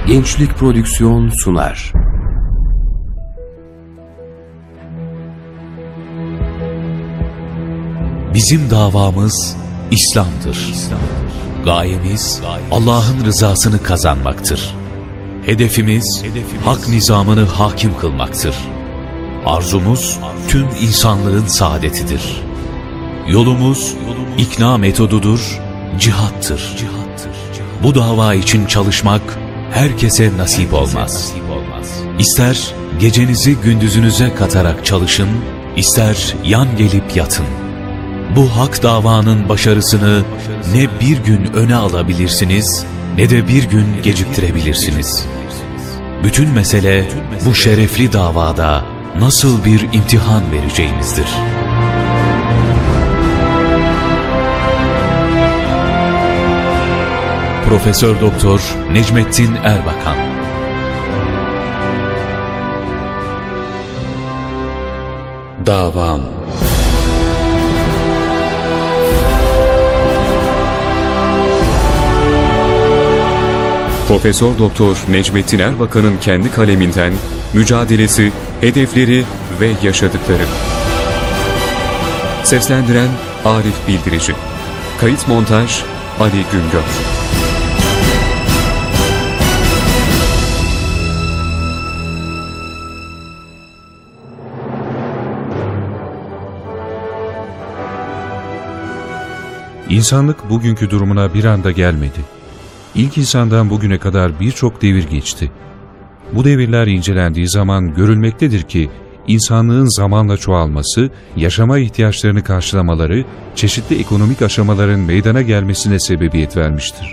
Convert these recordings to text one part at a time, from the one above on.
Gençlik Prodüksiyon sunar. Bizim davamız İslam'dır. Gayemiz Allah'ın rızasını kazanmaktır. Hedefimiz hak nizamını hakim kılmaktır. Arzumuz tüm insanlığın saadetidir. Yolumuz ikna metodudur, cihattır. Bu dava için çalışmak herkese nasip olmaz. İster gecenizi gündüzünüze katarak çalışın, ister yan gelip yatın. Bu hak davanın başarısını ne bir gün öne alabilirsiniz, ne de bir gün geciktirebilirsiniz. Bütün mesele bu şerefli davada nasıl bir imtihan vereceğinizdir. Profesör Doktor Necmettin Erbakan. Davam. Profesör Doktor Necmettin Erbakan'ın kendi kaleminden mücadelesi, hedefleri ve yaşadıkları. Seslendiren Arif Bildirici. Kayıt montaj Ali Güngör. İnsanlık bugünkü durumuna bir anda gelmedi. İlk insandan bugüne kadar birçok devir geçti. Bu devirler incelendiği zaman görülmektedir ki, insanlığın zamanla çoğalması, yaşama ihtiyaçlarını karşılamaları, çeşitli ekonomik aşamaların meydana gelmesine sebebiyet vermiştir.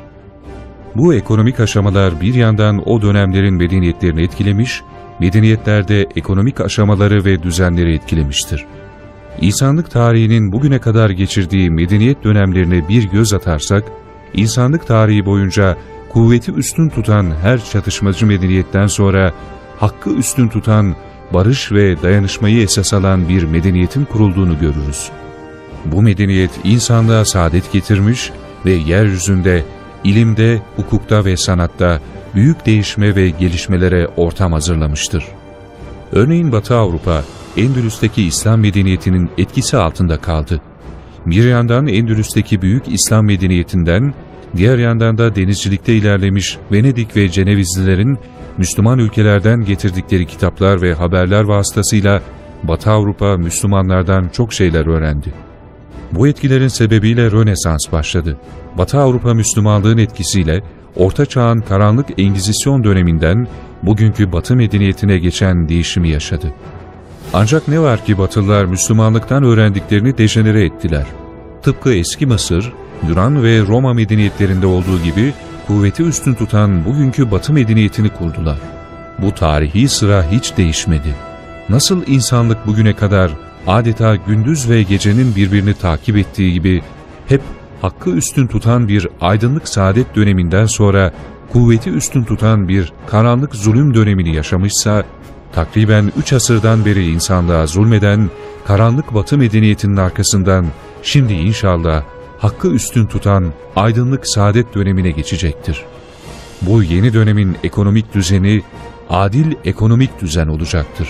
Bu ekonomik aşamalar bir yandan o dönemlerin medeniyetlerini etkilemiş, medeniyetler de ekonomik aşamaları ve düzenleri etkilemiştir. İnsanlık tarihinin bugüne kadar geçirdiği medeniyet dönemlerine bir göz atarsak, İnsanlık tarihi boyunca kuvveti üstün tutan her çatışmacı medeniyetten sonra hakkı üstün tutan, barış ve dayanışmayı esas alan bir medeniyetin kurulduğunu görürüz. Bu medeniyet insanlığa saadet getirmiş ve yeryüzünde, ilimde, hukukta ve sanatta büyük değişme ve gelişmelere ortam hazırlamıştır. Örneğin Batı Avrupa, Endülüs'teki İslam medeniyetinin etkisi altında kaldı. Bir yandan Endülüs'teki büyük İslam medeniyetinden, diğer yandan da denizcilikte ilerlemiş Venedik ve Cenevizlilerin Müslüman ülkelerden getirdikleri kitaplar ve haberler vasıtasıyla Batı Avrupa Müslümanlardan çok şeyler öğrendi. Bu etkilerin sebebiyle Rönesans başladı. Batı Avrupa Müslümanlığın etkisiyle Orta Çağ'ın karanlık Engizisyon döneminden bugünkü Batı medeniyetine geçen değişimi yaşadı. Ancak ne var ki Batılılar Müslümanlıktan öğrendiklerini dejenere ettiler. Tıpkı eski Mısır, Yunan ve Roma medeniyetlerinde olduğu gibi kuvveti üstün tutan bugünkü Batı medeniyetini kurdular. Bu tarihi sıra hiç değişmedi. Nasıl insanlık bugüne kadar adeta gündüz ve gecenin birbirini takip ettiği gibi hep hakkı üstün tutan bir aydınlık saadet döneminden sonra kuvveti üstün tutan bir karanlık zulüm dönemini yaşamışsa, takriben 3 asırdan beri insanlığa zulmeden karanlık Batı medeniyetinin arkasından şimdi inşallah hakkı üstün tutan aydınlık saadet dönemine geçecektir. Bu yeni dönemin ekonomik düzeni adil ekonomik düzen olacaktır.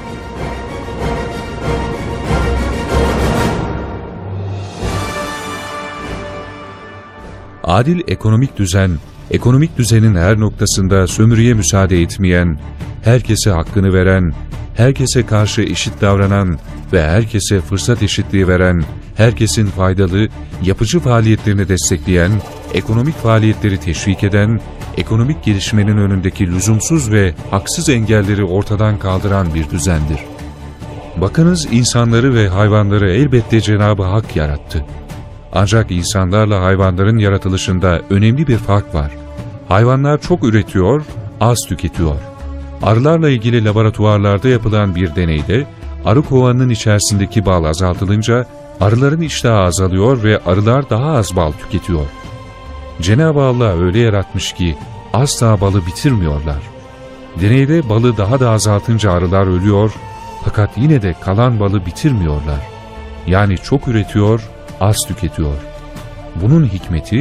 Adil ekonomik düzenin her noktasında sömürüye müsaade etmeyen, herkese hakkını veren, herkese karşı eşit davranan ve herkese fırsat eşitliği veren, herkesin faydalı, yapıcı faaliyetlerini destekleyen, ekonomik faaliyetleri teşvik eden, ekonomik gelişmenin önündeki lüzumsuz ve haksız engelleri ortadan kaldıran bir düzendir. Bakınız, insanları ve hayvanları elbette Cenab-ı Hak yarattı. Ancak insanlarla hayvanların yaratılışında önemli bir fark var. Hayvanlar çok üretiyor, az tüketiyor. Arılarla ilgili laboratuvarlarda yapılan bir deneyde, arı kovanının içerisindeki bal azaltılınca, arıların iştahı azalıyor ve arılar daha az bal tüketiyor. Cenab-ı Allah öyle yaratmış ki, asla balı bitirmiyorlar. Deneyde balı daha da azaltınca arılar ölüyor, fakat yine de kalan balı bitirmiyorlar. Yani çok üretiyor, az tüketiyor. Bunun hikmeti,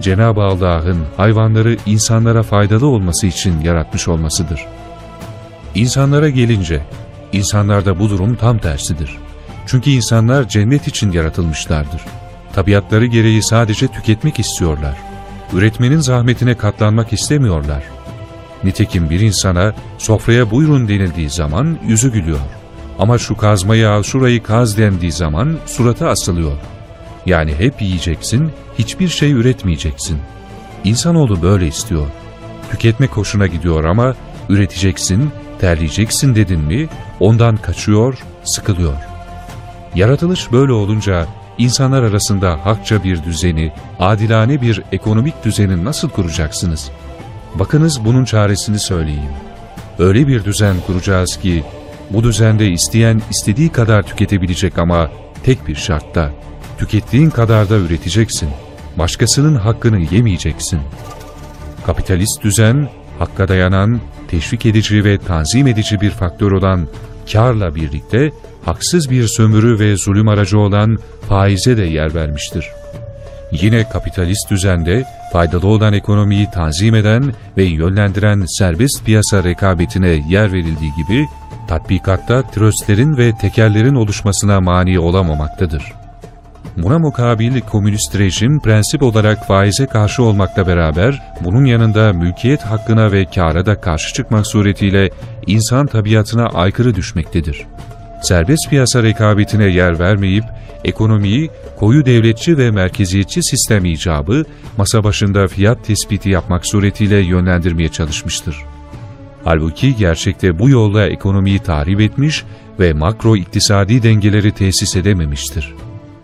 Cenab-ı Allah'ın hayvanları insanlara faydalı olması için yaratmış olmasıdır. İnsanlara gelince, insanlarda bu durum tam tersidir. Çünkü insanlar cennet için yaratılmışlardır. Tabiatları gereği sadece tüketmek istiyorlar. Üretmenin zahmetine katlanmak istemiyorlar. Nitekim bir insana sofraya buyurun denildiği zaman yüzü gülüyor. Ama şu kazmayı al, şurayı kaz dendiği zaman suratı asılıyor. Yani hep yiyeceksin, hiçbir şey üretmeyeceksin. İnsanoğlu böyle istiyor. Tüketmek hoşuna gidiyor ama üreteceksin, terleyeceksin dedin mi ondan kaçıyor, sıkılıyor. Yaratılış böyle olunca insanlar arasında hakça bir düzeni, adilane bir ekonomik düzeni nasıl kuracaksınız? Bakınız bunun çaresini söyleyeyim. Öyle bir düzen kuracağız ki bu düzende isteyen istediği kadar tüketebilecek ama tek bir şartla, tükettiğin kadar da üreteceksin. Başkasının hakkını yemeyeceksin. Kapitalist düzen, hakka dayanan, teşvik edici ve tanzim edici bir faktör olan kârla birlikte haksız bir sömürü ve zulüm aracı olan faize de yer vermiştir. Yine kapitalist düzende faydalı olan ekonomiyi tanzim eden ve yönlendiren serbest piyasa rekabetine yer verildiği gibi, tatbikatta tröstlerin ve tekellerin oluşmasına mani olamamaktadır. Buna mukabil komünist rejim prensip olarak faize karşı olmakla beraber, bunun yanında mülkiyet hakkına ve kâra da karşı çıkmak suretiyle insan tabiatına aykırı düşmektedir. Serbest piyasa rekabetine yer vermeyip, ekonomiyi koyu devletçi ve merkeziyetçi sistem icabı, masa başında fiyat tespiti yapmak suretiyle yönlendirmeye çalışmıştır. Halbuki gerçekte bu yolla ekonomiyi tahrip etmiş ve makro iktisadi dengeleri tesis edememiştir.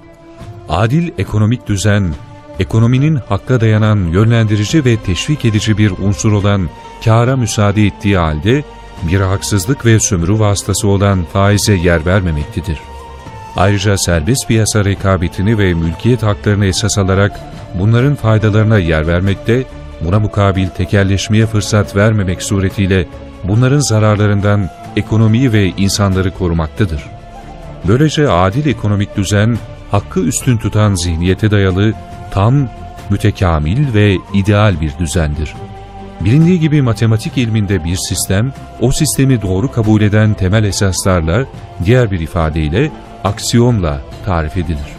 Adil ekonomik düzen, ekonominin hakka dayanan yönlendirici ve teşvik edici bir unsur olan kâra müsaade ettiği halde, bir haksızlık ve sömürü vasıtası olan faize yer vermemektedir. Ayrıca serbest piyasa rekabetini ve mülkiyet haklarını esas alarak bunların faydalarına yer vermekte, buna mukabil tekelleşmeye fırsat vermemek suretiyle bunların zararlarından ekonomiyi ve insanları korumaktadır. Böylece adil ekonomik düzen, hakkı üstün tutan zihniyete dayalı, tam, mütekamil ve ideal bir düzendir. Bilindiği gibi matematik ilminde bir sistem, o sistemi doğru kabul eden temel esaslarla, diğer bir ifadeyle aksiyomla tarif edilir.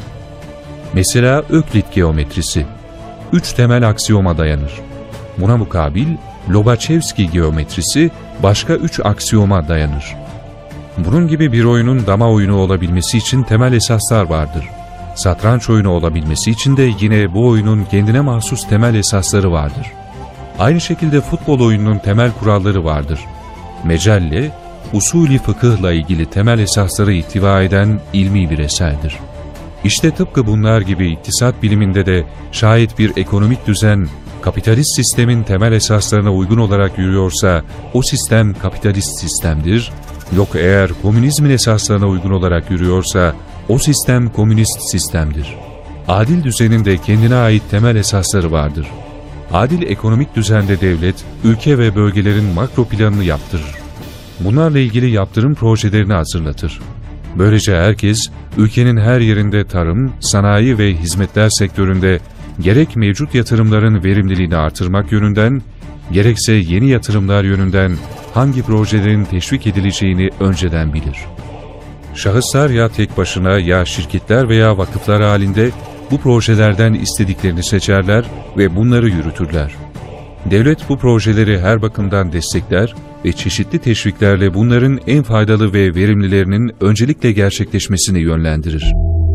Mesela Öklit geometrisi, 3 temel aksiyoma dayanır. Buna mukabil Lobachevski geometrisi başka 3 aksiyoma dayanır. Bunun gibi bir oyunun dama oyunu olabilmesi için temel esaslar vardır. Satranç oyunu olabilmesi için de yine bu oyunun kendine mahsus temel esasları vardır. Aynı şekilde futbol oyununun temel kuralları vardır. Mecelle, usulü fıkıhla ilgili temel esasları ihtiva eden ilmi bir eserdir. İşte tıpkı bunlar gibi iktisat biliminde de şayet bir ekonomik düzen, kapitalist sistemin temel esaslarına uygun olarak yürüyorsa, o sistem kapitalist sistemdir. Yok eğer komünizmin esaslarına uygun olarak yürüyorsa, o sistem komünist sistemdir. Adil düzenin de kendine ait temel esasları vardır. Adil ekonomik düzende devlet, ülke ve bölgelerin makro planını yaptırır. Bunlarla ilgili yaptırım projelerini hazırlatır. Böylece herkes, ülkenin her yerinde tarım, sanayi ve hizmetler sektöründe gerek mevcut yatırımların verimliliğini artırmak yönünden, gerekse yeni yatırımlar yönünden hangi projelerin teşvik edileceğini önceden bilir. Şahıslar ya tek başına ya şirketler veya vakıflar halinde bu projelerden istediklerini seçerler ve bunları yürütürler. Devlet bu projeleri her bakımdan destekler ve çeşitli teşviklerle bunların en faydalı ve verimlilerinin öncelikle gerçekleşmesini yönlendirir.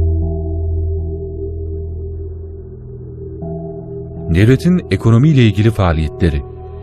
Devletin ekonomiyle ilgili faaliyetleri.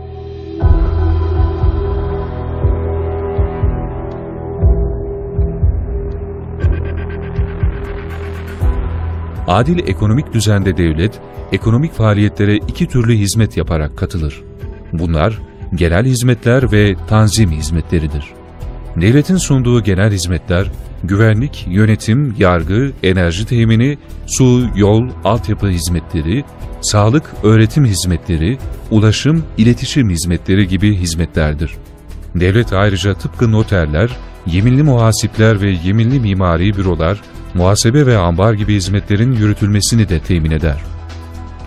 Adil ekonomik düzende devlet, ekonomik faaliyetlere 2 türlü hizmet yaparak katılır. Bunlar, genel hizmetler ve tanzim hizmetleridir. Devletin sunduğu genel hizmetler, güvenlik, yönetim, yargı, enerji temini, su, yol, altyapı hizmetleri, sağlık, öğretim hizmetleri, ulaşım, iletişim hizmetleri gibi hizmetlerdir. Devlet ayrıca tıpkı noterler, yeminli muhasipler ve yeminli mimari bürolar, muhasebe ve ambar gibi hizmetlerin yürütülmesini de temin eder.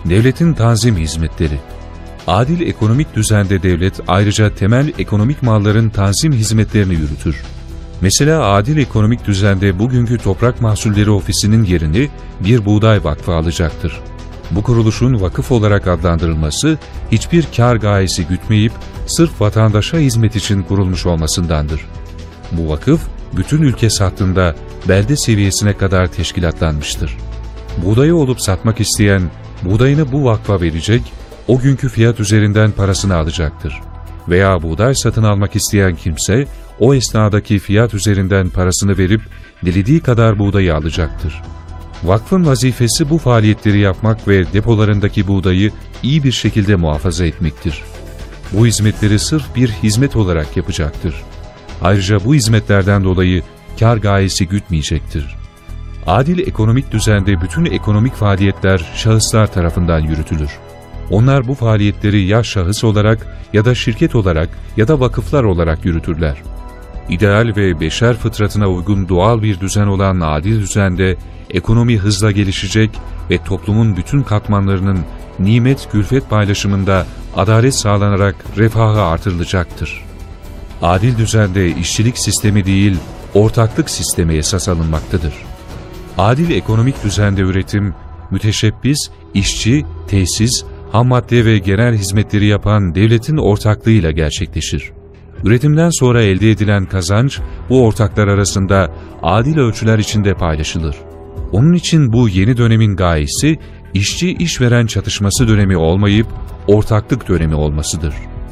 Devletin tanzim hizmetleri. Adil ekonomik düzende devlet ayrıca temel ekonomik malların tanzim hizmetlerini yürütür. Mesela adil ekonomik düzende bugünkü Toprak Mahsulleri Ofisi'nin yerini bir buğday vakfı alacaktır. Bu kuruluşun vakıf olarak adlandırılması hiçbir kar gayesi gütmeyip sırf vatandaşa hizmet için kurulmuş olmasındandır. Bu vakıf bütün ülke sattığında belde seviyesine kadar teşkilatlanmıştır. Buğdayı olup satmak isteyen buğdayını bu vakfa verecek, o günkü fiyat üzerinden parasını alacaktır. Veya buğday satın almak isteyen kimse o esnadaki fiyat üzerinden parasını verip dilediği kadar buğdayı alacaktır. Vakfın vazifesi bu faaliyetleri yapmak ve depolarındaki buğdayı iyi bir şekilde muhafaza etmektir. Bu hizmetleri sırf bir hizmet olarak yapacaktır. Ayrıca bu hizmetlerden dolayı kar gayesi gütmeyecektir. Adil ekonomik düzende bütün ekonomik faaliyetler şahıslar tarafından yürütülür. Onlar bu faaliyetleri ya şahıs olarak ya da şirket olarak ya da vakıflar olarak yürütürler. İdeal ve beşer fıtratına uygun doğal bir düzen olan adil düzende ekonomi hızla gelişecek ve toplumun bütün katmanlarının nimet külfet paylaşımında adalet sağlanarak refahı artırılacaktır. Adil düzende işçilik sistemi değil, ortaklık sistemi esas alınmaktadır. Adil ekonomik düzende üretim, müteşebbis, işçi, tesis, ham madde ve genel hizmetleri yapan devletin ortaklığıyla gerçekleşir. Üretimden sonra elde edilen kazanç bu ortaklar arasında adil ölçüler içinde paylaşılır. Onun için bu yeni dönemin gayesi işçi-işveren çatışması dönemi olmayıp ortaklık dönemi olmasıdır.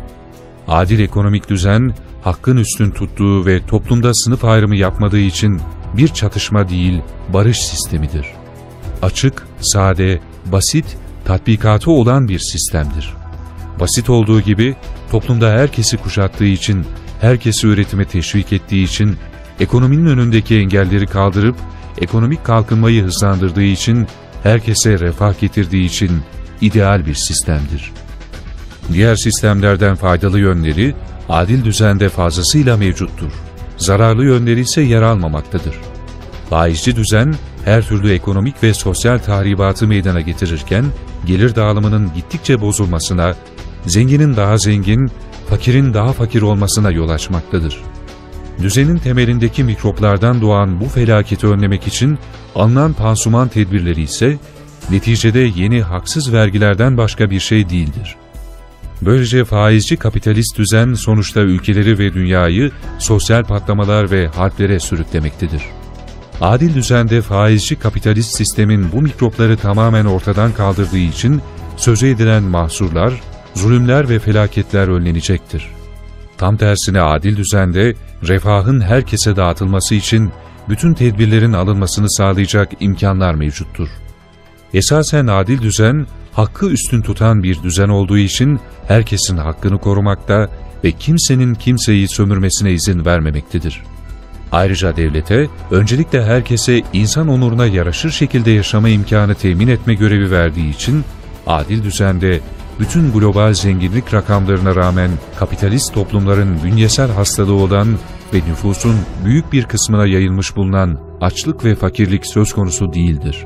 Adil ekonomik düzen, hakkın üstün tuttuğu ve toplumda sınıf ayrımı yapmadığı için bir çatışma değil, barış sistemidir. Açık, sade, basit, tatbikatı olan bir sistemdir. Basit olduğu gibi toplumda herkesi kuşattığı için, herkesi üretime teşvik ettiği için, ekonominin önündeki engelleri kaldırıp ekonomik kalkınmayı hızlandırdığı için, herkese refah getirdiği için ideal bir sistemdir. Diğer sistemlerden faydalı yönleri adil düzende fazlasıyla mevcuttur. Zararlı yönleri ise yer almamaktadır. Faizci düzen her türlü ekonomik ve sosyal tahribatı meydana getirirken gelir dağılımının gittikçe bozulmasına, zenginin daha zengin, fakirin daha fakir olmasına yol açmaktadır. Düzenin temelindeki mikroplardan doğan bu felaketi önlemek için alınan pansuman tedbirleri ise neticede yeni haksız vergilerden başka bir şey değildir. Böylece faizci kapitalist düzen sonuçta ülkeleri ve dünyayı sosyal patlamalar ve harplere sürüklemektedir. Adil düzende faizci kapitalist sistemin bu mikropları tamamen ortadan kaldırdığı için söze edilen mahsurlar, zulümler ve felaketler önlenecektir. Tam tersine adil düzende refahın herkese dağıtılması için bütün tedbirlerin alınmasını sağlayacak imkanlar mevcuttur. Esasen adil düzen, hakkı üstün tutan bir düzen olduğu için herkesin hakkını korumakta ve kimsenin kimseyi sömürmesine izin vermemektedir. Ayrıca devlete, öncelikle herkese insan onuruna yaraşır şekilde yaşama imkanı temin etme görevi verdiği için, adil düzende bütün global zenginlik rakamlarına rağmen kapitalist toplumların bünyesel hastalığı olan ve nüfusun büyük bir kısmına yayılmış bulunan açlık ve fakirlik söz konusu değildir.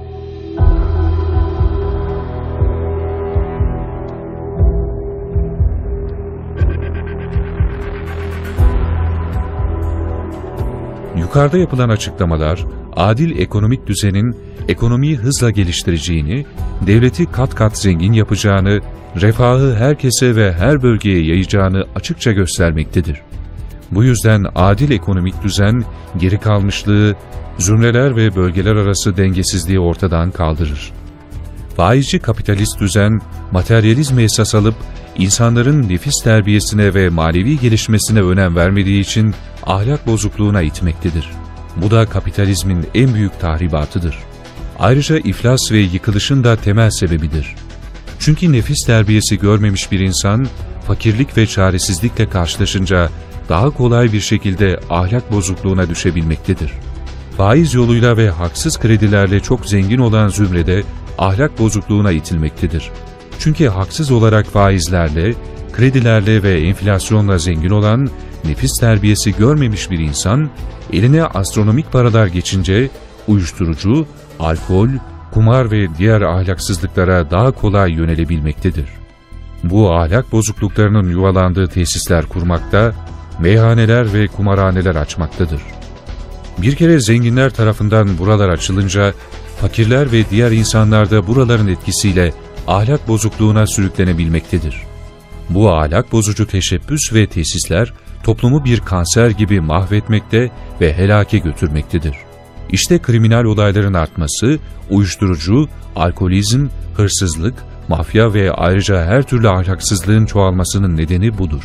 Yukarıda yapılan açıklamalar, adil ekonomik düzenin ekonomiyi hızla geliştireceğini, devleti kat kat zengin yapacağını, refahı herkese ve her bölgeye yayacağını açıkça göstermektedir. Bu yüzden adil ekonomik düzen, geri kalmışlığı, zümreler ve bölgeler arası dengesizliği ortadan kaldırır. Faizci kapitalist düzen, materyalizme esas alıp, insanların nefis terbiyesine ve manevi gelişmesine önem vermediği için ahlak bozukluğuna itmektedir. Bu da kapitalizmin en büyük tahribatıdır. Ayrıca iflas ve yıkılışın da temel sebebidir. Çünkü nefis terbiyesi görmemiş bir insan, fakirlik ve çaresizlikle karşılaşınca daha kolay bir şekilde ahlak bozukluğuna düşebilmektedir. Faiz yoluyla ve haksız kredilerle çok zengin olan zümrede ahlak bozukluğuna itilmektedir. Çünkü haksız olarak faizlerle, kredilerle ve enflasyonla zengin olan, nefis terbiyesi görmemiş bir insan, eline astronomik paralar geçince uyuşturucu, alkol, kumar ve diğer ahlaksızlıklara daha kolay yönelebilmektedir. Bu ahlak bozukluklarının yuvalandığı tesisler kurmakta, meyhaneler ve kumarhaneler açmaktadır. Bir kere zenginler tarafından buralar açılınca, fakirler ve diğer insanlar da buraların etkisiyle ahlak bozukluğuna sürüklenebilmektedir. Bu ahlak bozucu teşebbüs ve tesisler, toplumu bir kanser gibi mahvetmekte ve helake götürmektedir. İşte kriminal olayların artması, uyuşturucu, alkolizm, hırsızlık, mafya ve ayrıca her türlü ahlaksızlığın çoğalmasının nedeni budur.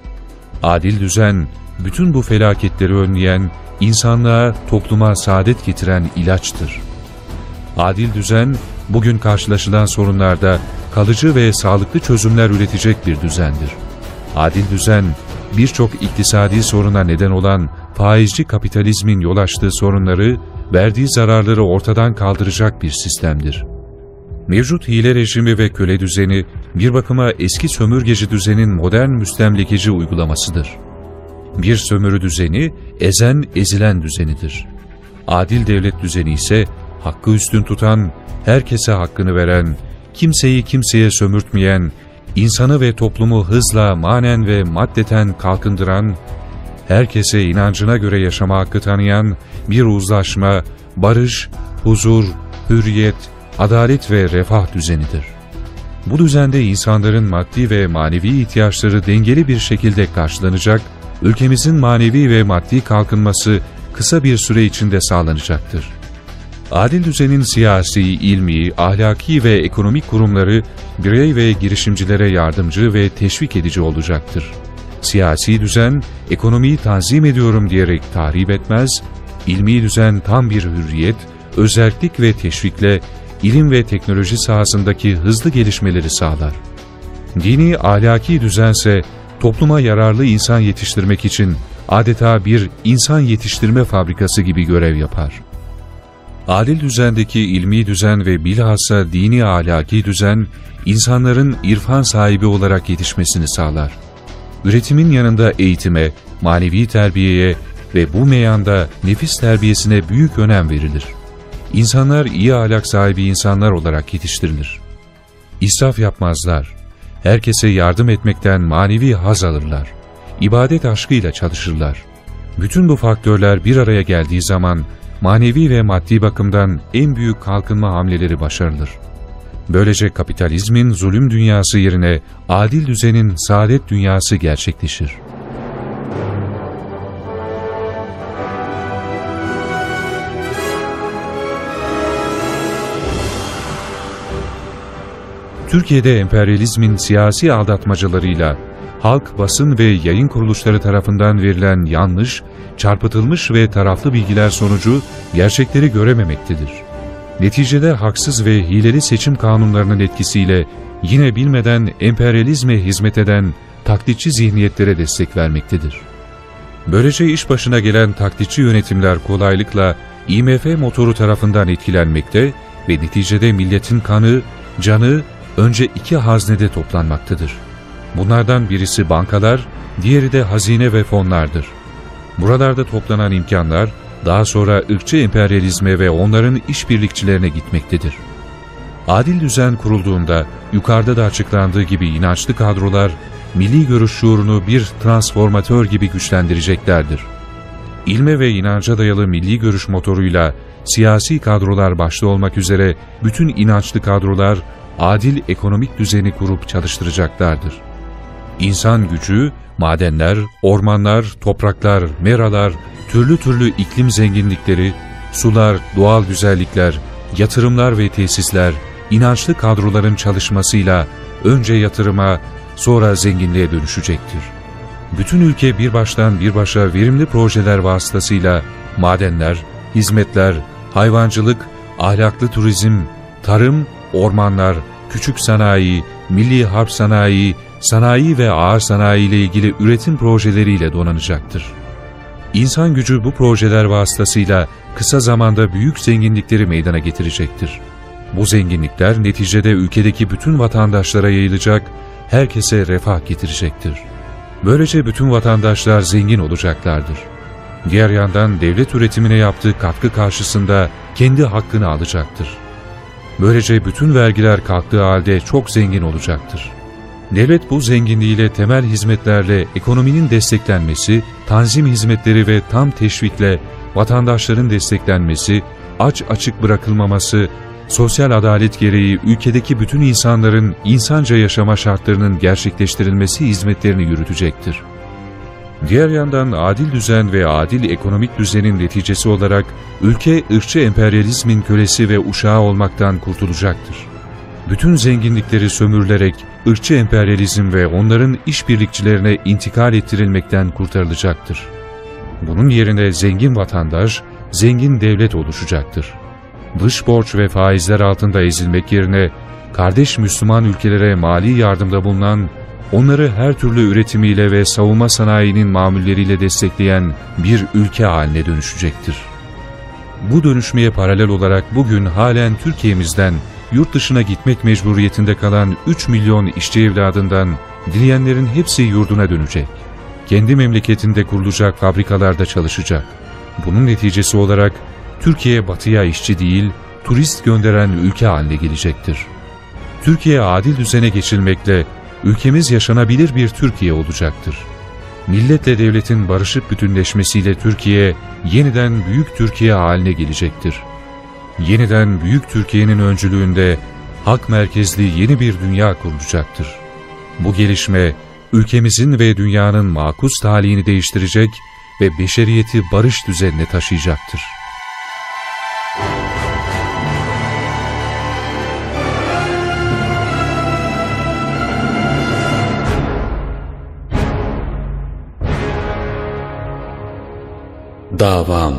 Adil düzen, bütün bu felaketleri önleyen, insanlığa, topluma saadet getiren ilaçtır. Adil düzen, bugün karşılaşılan sorunlarda kalıcı ve sağlıklı çözümler üretecek bir düzendir. Adil düzen, birçok iktisadi soruna neden olan faizci kapitalizmin yol açtığı sorunları, verdiği zararları ortadan kaldıracak bir sistemdir. Mevcut hile rejimi ve köle düzeni, bir bakıma eski sömürgeci düzenin modern müstemlekeci uygulamasıdır. Bir sömürü düzeni, ezen ezilen düzenidir. Adil devlet düzeni ise, hakkı üstün tutan, herkese hakkını veren, kimseyi kimseye sömürtmeyen, insanı ve toplumu hızla, manen ve maddeten kalkındıran, herkese inancına göre yaşama hakkı tanıyan bir uzlaşma, barış, huzur, hürriyet, adalet ve refah düzenidir. Bu düzende insanların maddi ve manevi ihtiyaçları dengeli bir şekilde karşılanacak, ülkemizin manevi ve maddi kalkınması kısa bir süre içinde sağlanacaktır. Adil düzenin siyasi, ilmi, ahlaki ve ekonomik kurumları birey ve girişimcilere yardımcı ve teşvik edici olacaktır. Siyasi düzen, ekonomiyi tanzim ediyorum diyerek tahrip etmez, ilmi düzen tam bir hürriyet, özerklik ve teşvikle ilim ve teknoloji sahasındaki hızlı gelişmeleri sağlar. Dini ahlaki düzense topluma yararlı insan yetiştirmek için adeta bir insan yetiştirme fabrikası gibi görev yapar. Adil düzendeki ilmi düzen ve bilhassa dini ahlaki düzen, insanların irfan sahibi olarak yetişmesini sağlar. Üretimin yanında eğitime, manevi terbiyeye ve bu meyanda nefis terbiyesine büyük önem verilir. İnsanlar iyi ahlak sahibi insanlar olarak yetiştirilir. İsraf yapmazlar. Herkese yardım etmekten manevi haz alırlar. İbadet aşkıyla çalışırlar. Bütün bu faktörler bir araya geldiği zaman manevi ve maddi bakımdan en büyük kalkınma hamleleri başarılır. Böylece kapitalizmin zulüm dünyası yerine adil düzenin saadet dünyası gerçekleşir. Türkiye'de emperyalizmin siyasi aldatmacalarıyla halk, basın ve yayın kuruluşları tarafından verilen yanlış, çarpıtılmış ve taraflı bilgiler sonucu gerçekleri görememektedir. Neticede haksız ve hileli seçim kanunlarının etkisiyle yine bilmeden emperyalizme hizmet eden taklitçi zihniyetlere destek vermektedir. Böylece iş başına gelen taklitçi yönetimler kolaylıkla IMF motoru tarafından etkilenmekte ve neticede milletin kanı, canı önce iki haznede toplanmaktadır. Bunlardan birisi bankalar, diğeri de hazine ve fonlardır. Buralarda toplanan imkanlar, daha sonra ırkçı emperyalizme ve onların işbirlikçilerine gitmektedir. Adil düzen kurulduğunda, yukarıda da açıklandığı gibi inançlı kadrolar, milli görüş şuurunu bir transformatör gibi güçlendireceklerdir. İlme ve inanca dayalı milli görüş motoruyla, siyasi kadrolar başta olmak üzere bütün inançlı kadrolar, adil ekonomik düzeni kurup çalıştıracaklardır. İnsan gücü, madenler, ormanlar, topraklar, meralar, türlü türlü iklim zenginlikleri, sular, doğal güzellikler, yatırımlar ve tesisler, inançlı kadroların çalışmasıyla önce yatırıma, sonra zenginliğe dönüşecektir. Bütün ülke bir baştan bir başa verimli projeler vasıtasıyla madenler, hizmetler, hayvancılık, ahlaklı turizm, tarım, ormanlar, küçük sanayi, milli harp sanayi, sanayi ve ağır sanayi ile ilgili üretim projeleriyle donanacaktır. İnsan gücü bu projeler vasıtasıyla kısa zamanda büyük zenginlikleri meydana getirecektir. Bu zenginlikler neticede ülkedeki bütün vatandaşlara yayılacak, herkese refah getirecektir. Böylece bütün vatandaşlar zengin olacaklardır. Diğer yandan devlet üretimine yaptığı katkı karşısında kendi hakkını alacaktır. Böylece bütün vergiler kalktığı halde çok zengin olacaktır. Devlet bu zenginliğiyle temel hizmetlerle ekonominin desteklenmesi, tanzim hizmetleri ve tam teşvikle vatandaşların desteklenmesi, aç açık bırakılmaması, sosyal adalet gereği ülkedeki bütün insanların insanca yaşama şartlarının gerçekleştirilmesi hizmetlerini yürütecektir. Diğer yandan adil düzen ve adil ekonomik düzenin neticesi olarak ülke ırkçı emperyalizmin kölesi ve uşağı olmaktan kurtulacaktır. Bütün zenginlikleri sömürülerek ırkçı emperyalizm ve onların işbirlikçilerine intikal ettirilmekten kurtarılacaktır. Bunun yerine zengin vatandaş, zengin devlet oluşacaktır. Dış borç ve faizler altında ezilmek yerine kardeş Müslüman ülkelere mali yardımda bulunan, onları her türlü üretimiyle ve savunma sanayinin mamulleriyle destekleyen bir ülke haline dönüşecektir. Bu dönüşmeye paralel olarak bugün halen Türkiye'mizden yurt dışına gitmek mecburiyetinde kalan 3 milyon işçi evladından dileyenlerin hepsi yurduna dönecek. Kendi memleketinde kurulacak fabrikalarda çalışacak. Bunun neticesi olarak Türkiye batıya işçi değil, turist gönderen ülke haline gelecektir. Türkiye adil düzene geçilmekle ülkemiz yaşanabilir bir Türkiye olacaktır. Milletle devletin barışıp bütünleşmesiyle Türkiye yeniden Büyük Türkiye haline gelecektir. Yeniden Büyük Türkiye'nin öncülüğünde hak merkezli yeni bir dünya kurulacaktır. Bu gelişme ülkemizin ve dünyanın makus talihini değiştirecek ve beşeriyeti barış düzenine taşıyacaktır. Davam.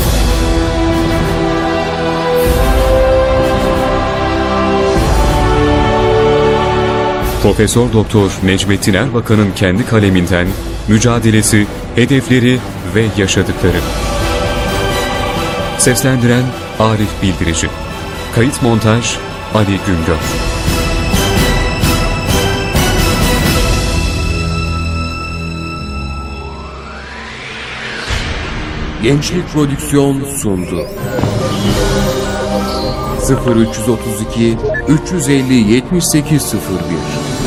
Profesör Doktor Necmettin Erbakan'ın kendi kaleminden mücadelesi, hedefleri ve yaşadıkları. Seslendiren Arif Bildirici. Kayıt montaj Ali Güngör. Gençlik Prodüksiyon sundu. 0332 350 7801